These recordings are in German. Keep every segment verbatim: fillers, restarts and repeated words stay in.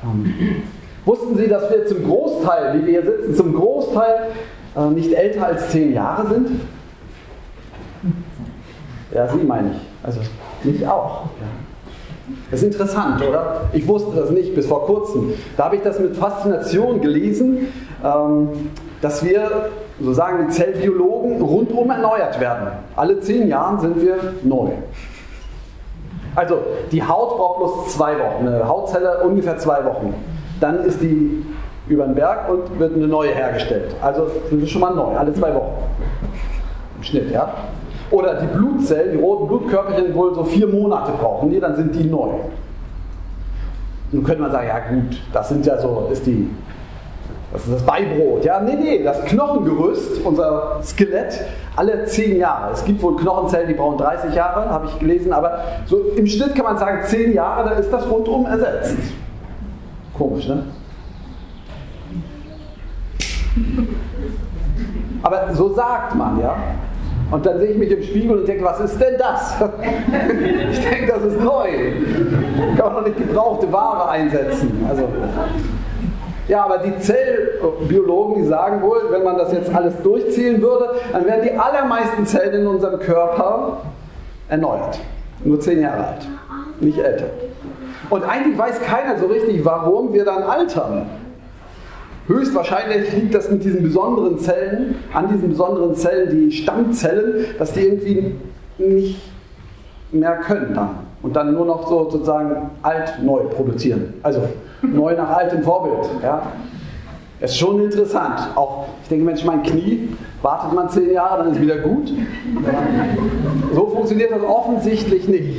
Ähm, wussten Sie, dass wir zum Großteil, wie wir hier sitzen, zum Großteil äh, nicht älter als zehn Jahre sind? Ja, Sie meine ich. Also mich auch. Ja. Das ist interessant, oder? Ich wusste das nicht bis vor kurzem. Da habe ich das mit Faszination gelesen, ähm, dass wir, so sagen die Zellbiologen, rundum erneuert werden. Alle zehn Jahren sind wir neu. Also die Haut braucht bloß zwei Wochen, eine Hautzelle ungefähr zwei Wochen. Dann ist die über den Berg und wird eine neue hergestellt. Also sind wir schon mal neu, alle zwei Wochen. Im Schnitt, ja. Oder die Blutzellen, die roten Blutkörperchen wohl so vier Monate brauchen, die, dann sind die neu. Nun könnte man sagen, ja gut, das sind ja so, ist die, das ist das Beibrot. Ja, nee, nee, das Knochengerüst, unser Skelett, alle zehn Jahre. Es gibt wohl Knochenzellen, die brauchen dreißig Jahre, habe ich gelesen, aber so im Schnitt kann man sagen, zehn Jahre, da ist das rundum ersetzt. Komisch, ne? Aber so sagt man, ja. Und dann sehe ich mich im Spiegel und denke, was ist denn das? Ich denke, das ist neu. Ich kann auch noch nicht gebrauchte Ware einsetzen. Also, ja, aber die Zellbiologen, die sagen wohl, wenn man das jetzt alles durchziehen würde, dann wären die allermeisten Zellen in unserem Körper erneuert. Nur zehn Jahre alt, nicht älter. Und eigentlich weiß keiner so richtig, warum wir dann altern. Höchstwahrscheinlich liegt das mit diesen besonderen Zellen, an diesen besonderen Zellen, die Stammzellen, dass die irgendwie nicht mehr können dann. Und dann nur noch so sozusagen alt neu produzieren. Also neu nach altem Vorbild. Ja. Das ist schon interessant. Auch, ich denke, Mensch, mein Knie, wartet man zehn Jahre, dann ist wieder gut. Ja. So funktioniert das offensichtlich nicht.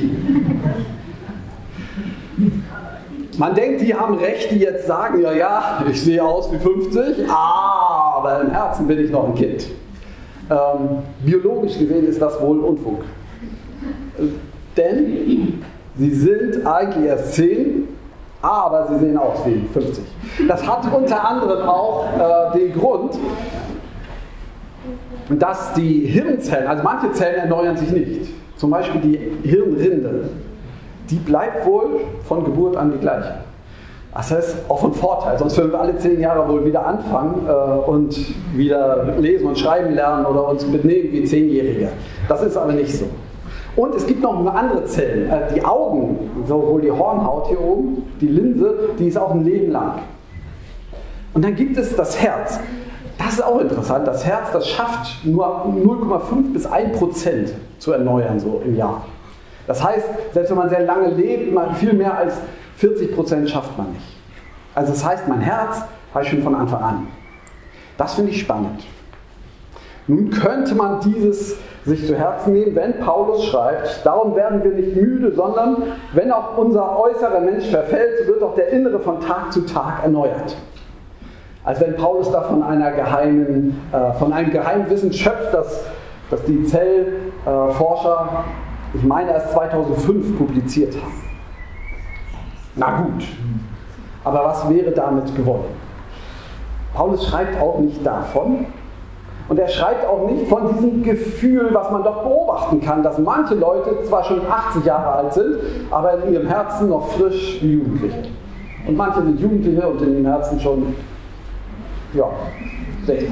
Man denkt, die haben recht, die jetzt sagen, ja, ja, ich sehe aus wie fünfzig, aber im Herzen bin ich noch ein Kind. Ähm, biologisch gesehen ist das wohl Unfug. Denn sie sind eigentlich erst zehn, aber sie sehen aus wie fünfzig. Das hat unter anderem auch äh, den Grund, dass die Hirnzellen, also manche Zellen erneuern sich nicht. Zum Beispiel die Hirnrinde. Die bleibt wohl von Geburt an die gleiche. Das heißt, auch von Vorteil. Sonst würden wir alle zehn Jahre wohl wieder anfangen äh, und wieder lesen und schreiben lernen oder uns benehmen wie Zehnjährige. Das ist aber nicht so. Und es gibt noch eine andere Zellen. Äh, die Augen, sowohl die Hornhaut hier oben, die Linse, die ist auch ein Leben lang. Und dann gibt es das Herz. Das ist auch interessant. Das Herz, das schafft nur null Komma fünf bis ein Prozent zu erneuern so im Jahr. Das heißt, selbst wenn man sehr lange lebt, man viel mehr als vierzig Prozent schafft man nicht. Also das heißt, mein Herz habe ich schon von Anfang an. Das finde ich spannend. Nun könnte man dieses sich zu Herzen nehmen, wenn Paulus schreibt, darum werden wir nicht müde, sondern wenn auch unser äußerer Mensch verfällt, so wird auch der innere von Tag zu Tag erneuert. Als wenn Paulus da von, einer geheimen, äh, von einem geheimen Wissen schöpft, das, das die Zellforscher äh, ich meine, erst zweitausendfünf publiziert haben. Na gut, aber was wäre damit gewonnen? Paulus schreibt auch nicht davon und er schreibt auch nicht von diesem Gefühl, was man doch beobachten kann, dass manche Leute zwar schon achtzig Jahre alt sind, aber in ihrem Herzen noch frisch wie Jugendliche. Und manche sind Jugendliche und in ihrem Herzen schon, ja, sechzig.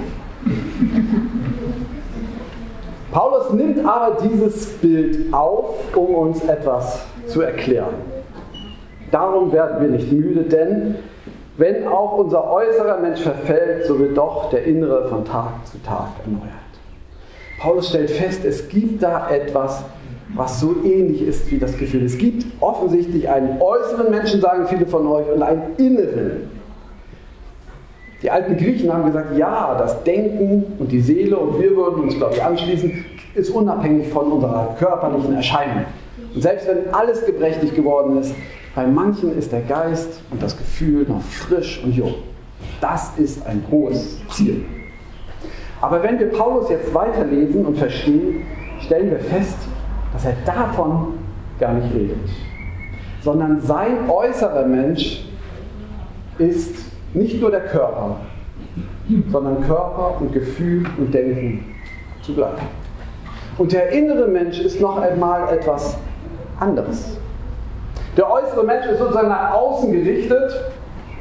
Paulus nimmt aber dieses Bild auf, um uns etwas zu erklären. Darum werden wir nicht müde, denn wenn auch unser äußerer Mensch verfällt, so wird doch der innere von Tag zu Tag erneuert. Paulus stellt fest, es gibt da etwas, was so ähnlich ist wie das Gefühl. Es gibt offensichtlich einen äußeren Menschen, sagen viele von euch, und einen inneren. Die alten Griechen haben gesagt, ja, das Denken und die Seele, und wir würden uns, glaube ich, anschließen, ist unabhängig von unserer körperlichen Erscheinung. Und selbst wenn alles gebrechlich geworden ist, bei manchen ist der Geist und das Gefühl noch frisch und jung. Das ist ein hohes Ziel. Aber wenn wir Paulus jetzt weiterlesen und verstehen, stellen wir fest, dass er davon gar nicht redet. Sondern sein äußerer Mensch ist nicht nur der Körper, sondern Körper und Gefühl und Denken zugleich. Und der innere Mensch ist noch einmal etwas anderes. Der äußere Mensch ist sozusagen nach außen gerichtet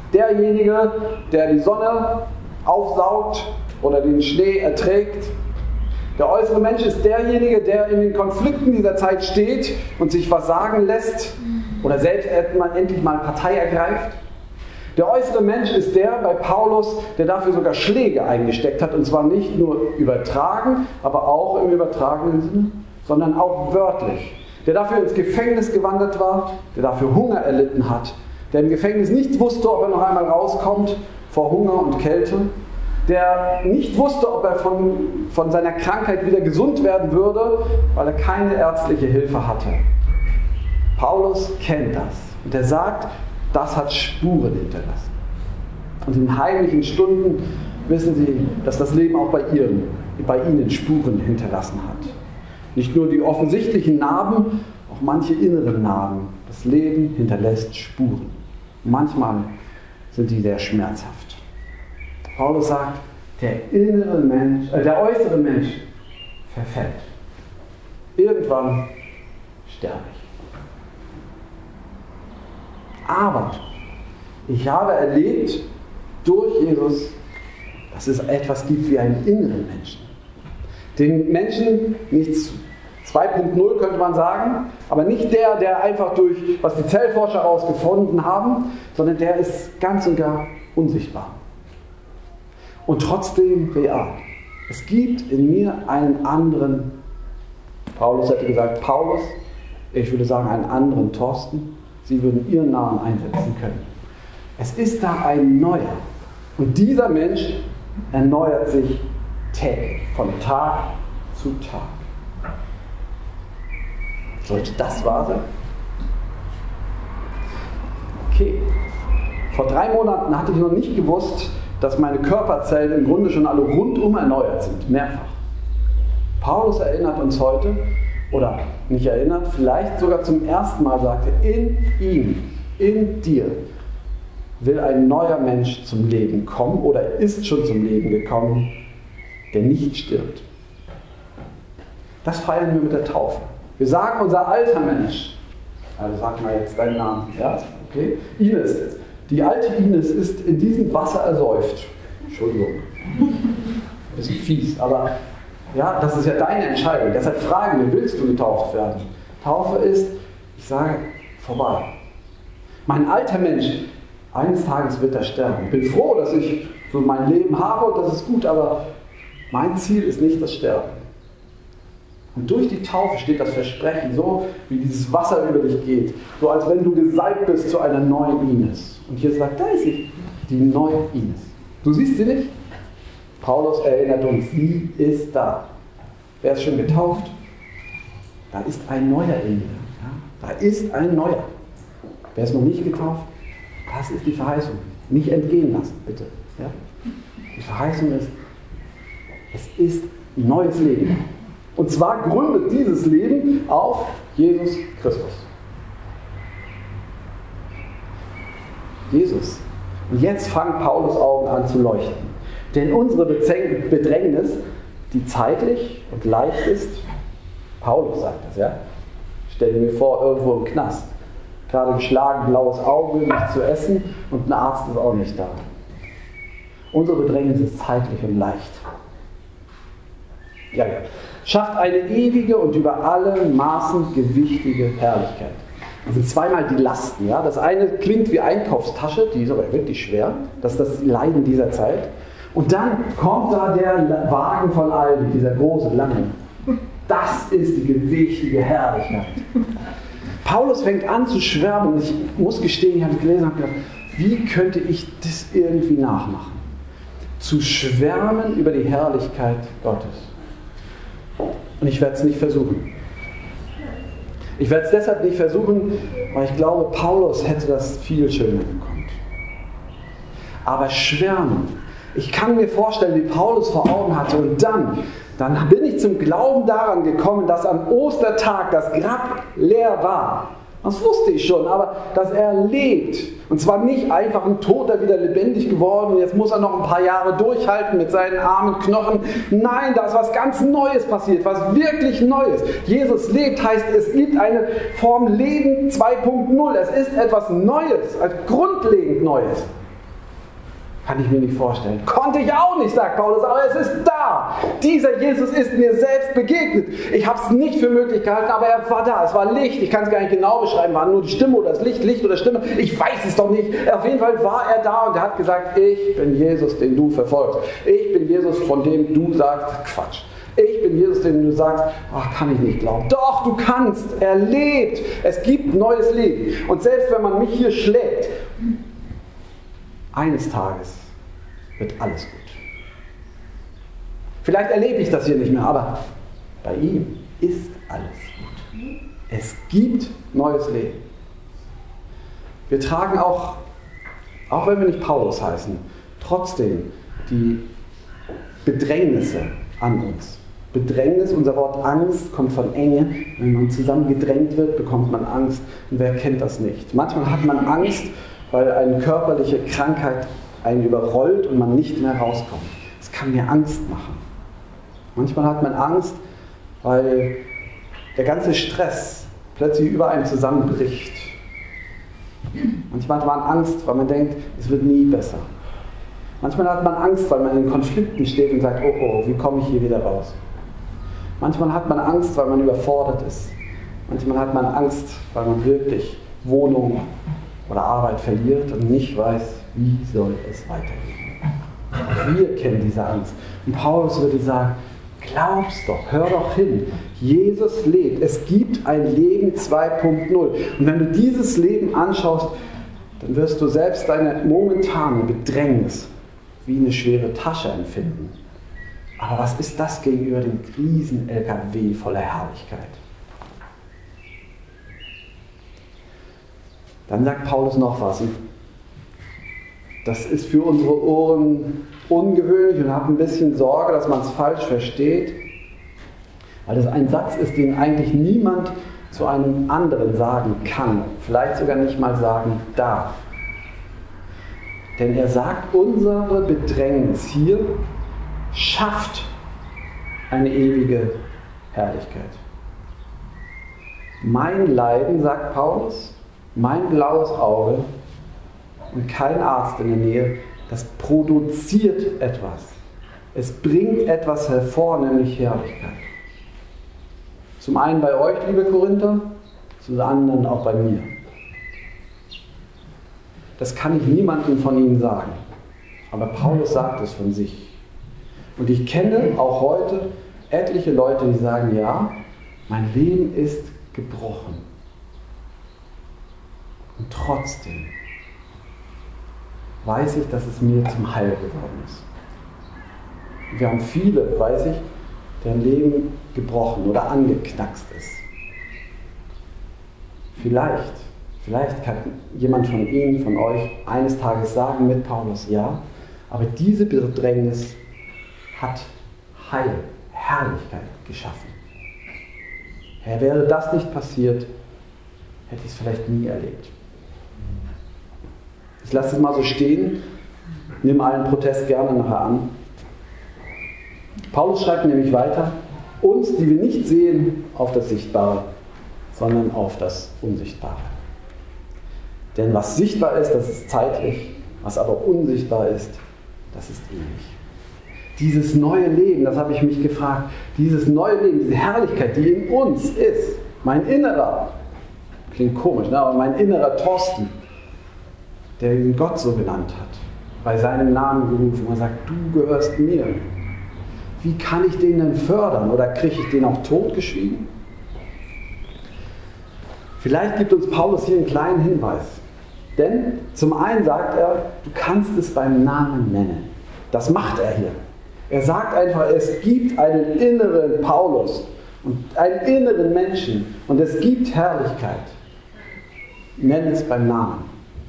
derjenige, der die Sonne aufsaugt oder den Schnee erträgt. Der äußere Mensch ist derjenige, der in den Konflikten dieser Zeit steht und sich was sagen lässt oder selbst endlich mal Partei ergreift. Der äußere Mensch ist der bei Paulus, der dafür sogar Schläge eingesteckt hat, und zwar nicht nur übertragen, aber auch im übertragenen Sinne, sondern auch wörtlich. Der dafür ins Gefängnis gewandert war, der dafür Hunger erlitten hat, der im Gefängnis nicht wusste, ob er noch einmal rauskommt vor Hunger und Kälte, der nicht wusste, ob er von, von seiner Krankheit wieder gesund werden würde, weil er keine ärztliche Hilfe hatte. Paulus kennt das und er sagt, das hat Spuren hinterlassen. Und in heimlichen Stunden wissen sie, dass das Leben auch bei, ihren, bei ihnen Spuren hinterlassen hat. Nicht nur die offensichtlichen Narben, auch manche inneren Narben. Das Leben hinterlässt Spuren. Und manchmal sind die sehr schmerzhaft. Paulus sagt, der innere Mensch, äh, der äußere Mensch verfällt. Irgendwann sterbe ich. Aber ich habe erlebt durch Jesus, dass es etwas gibt wie einen inneren Menschen. Den Menschen, nicht zwei Punkt null könnte man sagen, aber nicht der, der einfach durch, was die Zellforscher herausgefunden haben, sondern der ist ganz und gar unsichtbar. Und trotzdem real. Es gibt in mir einen anderen, Paulus hätte gesagt Paulus, ich würde sagen einen anderen Thorsten, Sie würden Ihren Namen einsetzen können. Es ist da ein Neuer. Und dieser Mensch erneuert sich täglich, von Tag zu Tag. Sollte das wahr sein? Okay. Vor drei Monaten hatte ich noch nicht gewusst, dass meine Körperzellen im Grunde schon alle rundum erneuert sind, mehrfach. Paulus erinnert uns heute, oder nicht erinnert, vielleicht sogar zum ersten Mal sagte, in ihm, in dir will ein neuer Mensch zum Leben kommen oder ist schon zum Leben gekommen, der nicht stirbt. Das feiern wir mit der Taufe. Wir sagen, unser alter Mensch, also sag mal jetzt deinen Namen, ja, okay, Ines, die alte Ines ist in diesem Wasser ersäuft. Entschuldigung, bisschen fies, aber ja, das ist ja deine Entscheidung. Deshalb fragen wir, willst du getauft werden? Taufe ist, ich sage, vorbei. Mein alter Mensch, eines Tages wird er sterben. Ich bin froh, dass ich so mein Leben habe und das ist gut, aber mein Ziel ist nicht das Sterben. Und durch die Taufe steht das Versprechen, so wie dieses Wasser über dich geht. So als wenn du gesalbt bist zu einer neuen Ines. Und hier sagt, da ist sie, die neue Ines. Du siehst sie nicht? Paulus erinnert uns, sie ist da. Wer ist schon getauft? Da ist ein Neuer in mir. Ja? Da ist ein Neuer. Wer ist noch nicht getauft? Das ist die Verheißung. Nicht entgehen lassen, bitte. Ja? Die Verheißung ist, es ist ein neues Leben. Und zwar gründet dieses Leben auf Jesus Christus. Jesus. Und jetzt fangen Paulus' Augen an zu leuchten. Denn unsere Bedrängnis, die zeitlich und leicht ist, Paulus sagt das, ja? Stell dir mir vor, irgendwo im Knast, gerade geschlagen, blaues Auge, nichts zu essen und ein Arzt ist auch nicht da. Unsere Bedrängnis ist zeitlich und leicht. Ja, ja. Schafft eine ewige und über alle Maßen gewichtige Herrlichkeit. Das sind zweimal die Lasten. Ja? Das eine klingt wie Einkaufstasche, die ist aber wirklich schwer. Das ist das Leiden dieser Zeit. Und dann kommt da der Wagen von Aldi, dieser große, lange. Das ist die gewichtige Herrlichkeit. Paulus fängt an zu schwärmen und ich muss gestehen, ich habe gelesen und gedacht, wie könnte ich das irgendwie nachmachen? Zu schwärmen über die Herrlichkeit Gottes. Und ich werde es nicht versuchen. Ich werde es deshalb nicht versuchen, weil ich glaube, Paulus hätte das viel schöner bekommen. Aber schwärmen, ich kann mir vorstellen, wie Paulus vor Augen hatte und dann, dann bin ich zum Glauben daran gekommen, dass am Ostertag das Grab leer war. Das wusste ich schon, aber dass er lebt. Und zwar nicht einfach ein Toter wieder lebendig geworden und jetzt muss er noch ein paar Jahre durchhalten mit seinen armen Knochen. Nein, da ist was ganz Neues passiert, was wirklich Neues. Jesus lebt heißt, es gibt eine Form Leben zwei Punkt null. Es ist etwas Neues, als grundlegend Neues. Kann ich mir nicht vorstellen. Konnte ich auch nicht, sagt Paulus, aber es ist da. Dieser Jesus ist mir selbst begegnet. Ich habe es nicht für möglich gehalten, aber er war da. Es war Licht. Ich kann es gar nicht genau beschreiben. War nur die Stimme oder das Licht, Licht oder Stimme. Ich weiß es doch nicht. Auf jeden Fall war er da und er hat gesagt, ich bin Jesus, den du verfolgst. Ich bin Jesus, von dem du sagst, Quatsch. Ich bin Jesus, den du sagst, ach, kann ich nicht glauben. Doch, du kannst. Er lebt. Es gibt neues Leben. Und selbst wenn man mich hier schlägt, eines Tages wird alles gut. Vielleicht erlebe ich das hier nicht mehr, aber bei ihm ist alles gut. Es gibt neues Leben. Wir tragen auch, auch wenn wir nicht Paulus heißen, trotzdem die Bedrängnisse an uns. Bedrängnis, unser Wort Angst, kommt von Enge. Wenn man zusammen gedrängt wird, bekommt man Angst. Und wer kennt das nicht? Manchmal hat man Angst, weil eine körperliche Krankheit einen überrollt und man nicht mehr rauskommt. Das kann mir Angst machen. Manchmal hat man Angst, weil der ganze Stress plötzlich über einem zusammenbricht. Manchmal hat man Angst, weil man denkt, es wird nie besser. Manchmal hat man Angst, weil man in Konflikten steht und sagt, oh oh, wie komme ich hier wieder raus? Manchmal hat man Angst, weil man überfordert ist. Manchmal hat man Angst, weil man wirklich Wohnung oder Arbeit verliert und nicht weiß, wie soll es weitergehen. Wir kennen diese Angst. Und Paulus würde sagen, glaub's doch, hör doch hin. Jesus lebt. Es gibt ein Leben zwei Punkt null. Und wenn du dieses Leben anschaust, dann wirst du selbst deine momentane Bedrängnis wie eine schwere Tasche empfinden. Aber was ist das gegenüber dem riesen L K W voller Herrlichkeit? Dann sagt Paulus noch was. Und das ist für unsere Ohren ungewöhnlich und habe ein bisschen Sorge, dass man es falsch versteht. Weil das ein Satz ist, den eigentlich niemand zu einem anderen sagen kann. Vielleicht sogar nicht mal sagen darf. Denn er sagt, unsere Bedrängnis hier schafft eine ewige Herrlichkeit. Mein Leiden, sagt Paulus, mein blaues Auge und kein Arzt in der Nähe, das produziert etwas. Es bringt etwas hervor, nämlich Herrlichkeit. Zum einen bei euch, liebe Korinther, zum anderen auch bei mir. Das kann ich niemandem von Ihnen sagen. Aber Paulus sagt es von sich. Und ich kenne auch heute etliche Leute, die sagen, ja, mein Leben ist gebrochen. Und trotzdem weiß ich, dass es mir zum Heil geworden ist. Und wir haben viele, weiß ich, deren Leben gebrochen oder angeknackst ist. Vielleicht, vielleicht kann jemand von Ihnen, von euch eines Tages sagen mit Paulus, ja, aber diese Bedrängnis hat Heil, Herrlichkeit geschaffen. Herr, wäre das nicht passiert, hätte ich es vielleicht nie erlebt. Ich lasse es mal so stehen, nehme allen Protest gerne nachher an. Paulus schreibt nämlich weiter, uns, die wir nicht sehen, auf das Sichtbare, sondern auf das Unsichtbare. Denn was sichtbar ist, das ist zeitlich, was aber unsichtbar ist, das ist ewig. Dieses neue Leben, das habe ich mich gefragt, dieses neue Leben, diese Herrlichkeit, die in uns ist, mein innerer, klingt komisch, ne? aber mein innerer Thorsten, der ihn Gott so genannt hat, bei seinem Namen gerufen und sagt, du gehörst mir. Wie kann ich den denn fördern? Oder kriege ich den auch totgeschwiegen? Vielleicht gibt uns Paulus hier einen kleinen Hinweis. Denn zum einen sagt er, du kannst es beim Namen nennen. Das macht er hier. Er sagt einfach, es gibt einen inneren Paulus und einen inneren Menschen und es gibt Herrlichkeit. Nenn es beim Namen.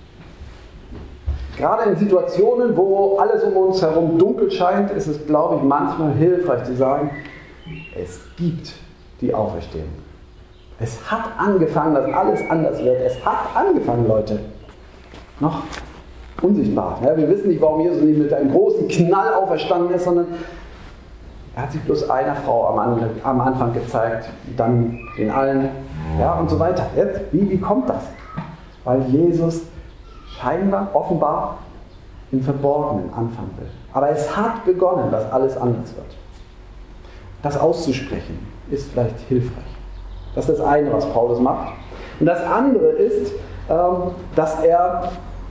Gerade in Situationen, wo alles um uns herum dunkel scheint, ist es, glaube ich, manchmal hilfreich zu sagen, es gibt die Auferstehung. Es hat angefangen, dass alles anders wird. Es hat angefangen, Leute. Noch unsichtbar. Ja, wir wissen nicht, warum Jesus nicht mit einem großen Knall auferstanden ist, sondern er hat sich bloß einer Frau am, am Anfang gezeigt, dann den allen, ja, und so weiter. Jetzt, wie, wie kommt das? Weil Jesus scheinbar, offenbar, im Verborgenen anfangen will. Aber es hat begonnen, dass alles anders wird. Das auszusprechen ist vielleicht hilfreich. Das ist das eine, was Paulus macht. Und das andere ist, dass er,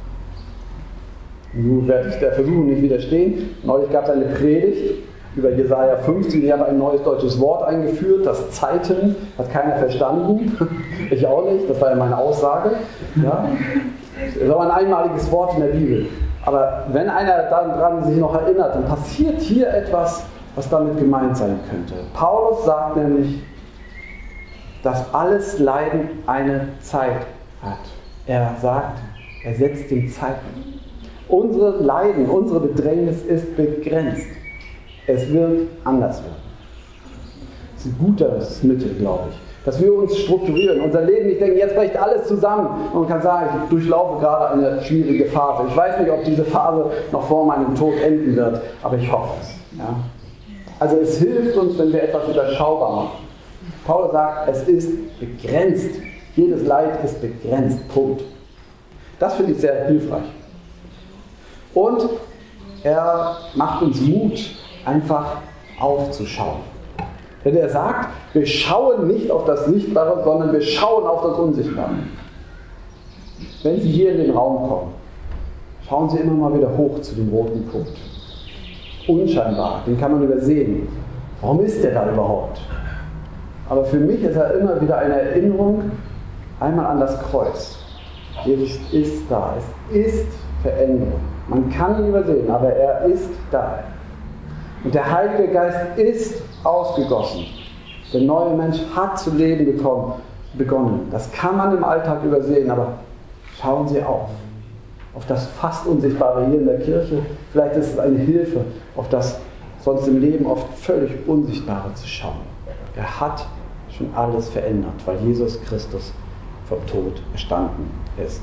nun werde ich der Versuchung nicht widerstehen, neulich gab es eine Predigt über Jesaja fünfzig, ich habe ein neues deutsches Wort eingeführt, das Zeiten, hat keiner verstanden, ich auch nicht, das war ja meine Aussage. Ja. Das ist aber ein einmaliges Wort in der Bibel. Aber wenn einer daran sich noch erinnert, dann passiert hier etwas, was damit gemeint sein könnte. Paulus sagt nämlich, dass alles Leiden eine Zeit hat. Er sagt, er setzt dem Zeiten. Unsere Leiden, unsere Bedrängnis ist begrenzt. Es wird anders werden. Das ist ein gutes Mittel, glaube ich. Dass wir uns strukturieren, unser Leben nicht denken, jetzt bricht alles zusammen. Und man kann sagen, ich durchlaufe gerade eine schwierige Phase. Ich weiß nicht, ob diese Phase noch vor meinem Tod enden wird, aber ich hoffe es. Ja? Also es hilft uns, wenn wir etwas überschaubar machen. Paulus sagt, es ist begrenzt. Jedes Leid ist begrenzt. Punkt. Das finde ich sehr hilfreich. Und er macht uns Mut, einfach aufzuschauen. Denn er sagt, wir schauen nicht auf das Sichtbare, sondern wir schauen auf das Unsichtbare. Wenn Sie hier in den Raum kommen, schauen Sie immer mal wieder hoch zu dem roten Punkt. Unscheinbar, den kann man übersehen. Warum ist der da überhaupt? Aber für mich ist er immer wieder eine Erinnerung, einmal an das Kreuz. Jesus ist da, es ist Veränderung. Man kann ihn übersehen, aber er ist da. Und der Heilige Geist ist ausgegossen. Der neue Mensch hat zu leben bekommen, begonnen. Das kann man im Alltag übersehen, aber schauen Sie auf. Auf das fast Unsichtbare hier in der Kirche. Vielleicht ist es eine Hilfe, auf das sonst im Leben oft völlig Unsichtbare zu schauen. Er hat schon alles verändert, weil Jesus Christus vom Tod erstanden ist.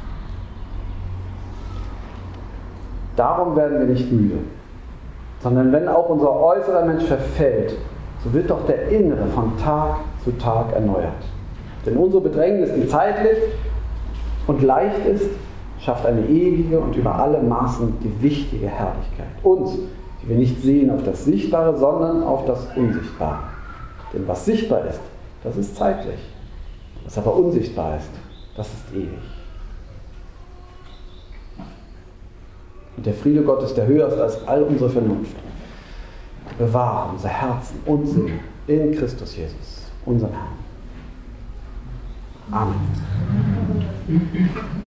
Darum werden wir nicht müde, sondern wenn auch unser äußerer Mensch verfällt, so wird doch der innere von Tag zu Tag erneuert. Denn unsere Bedrängnis, die zeitlich und leicht ist, schafft eine ewige und über alle Maßen gewichtige Herrlichkeit. Uns, die wir nicht sehen auf das Sichtbare, sondern auf das Unsichtbare. Denn was sichtbar ist, das ist zeitlich. Was aber unsichtbar ist, das ist ewig. Und der Friede Gottes, der höher ist als all unsere Vernunft, bewahre unser Herzen und Sinn in Christus Jesus, unseren Herrn. Amen.